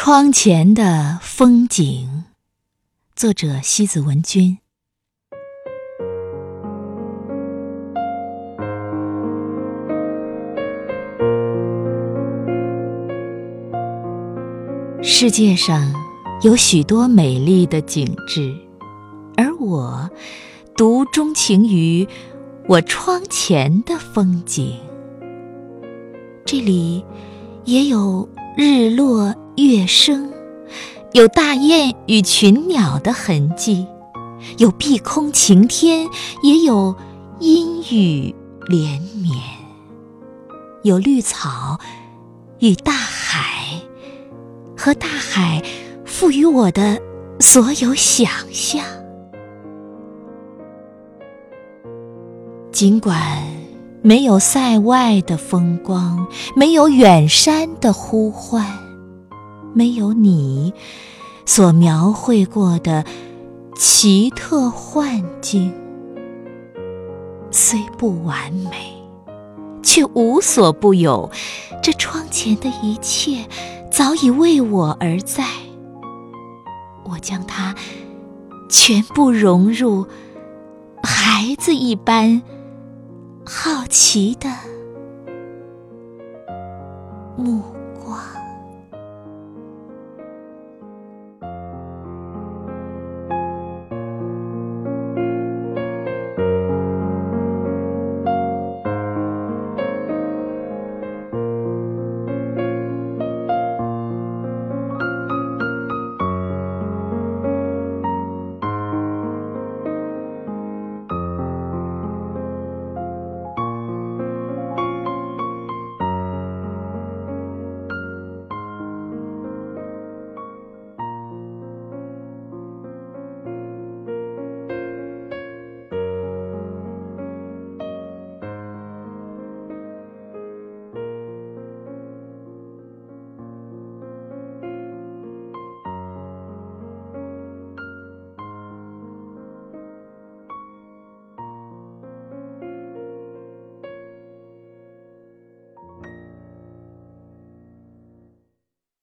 窗前的风景，作者西子文君。世界上有许多美丽的景致，而我独钟情于我窗前的风景。这里也有日落月升，有大雁与群鸟的痕迹，有碧空晴天，也有阴雨连绵，有绿草与大海，和大海赋予我的所有想象。尽管没有塞外的风光，没有远山的呼唤，没有你所描绘过的奇特幻境，虽不完美，却无所不有。这窗前的一切早已为我而在，我将它全部融入孩子一般好奇的目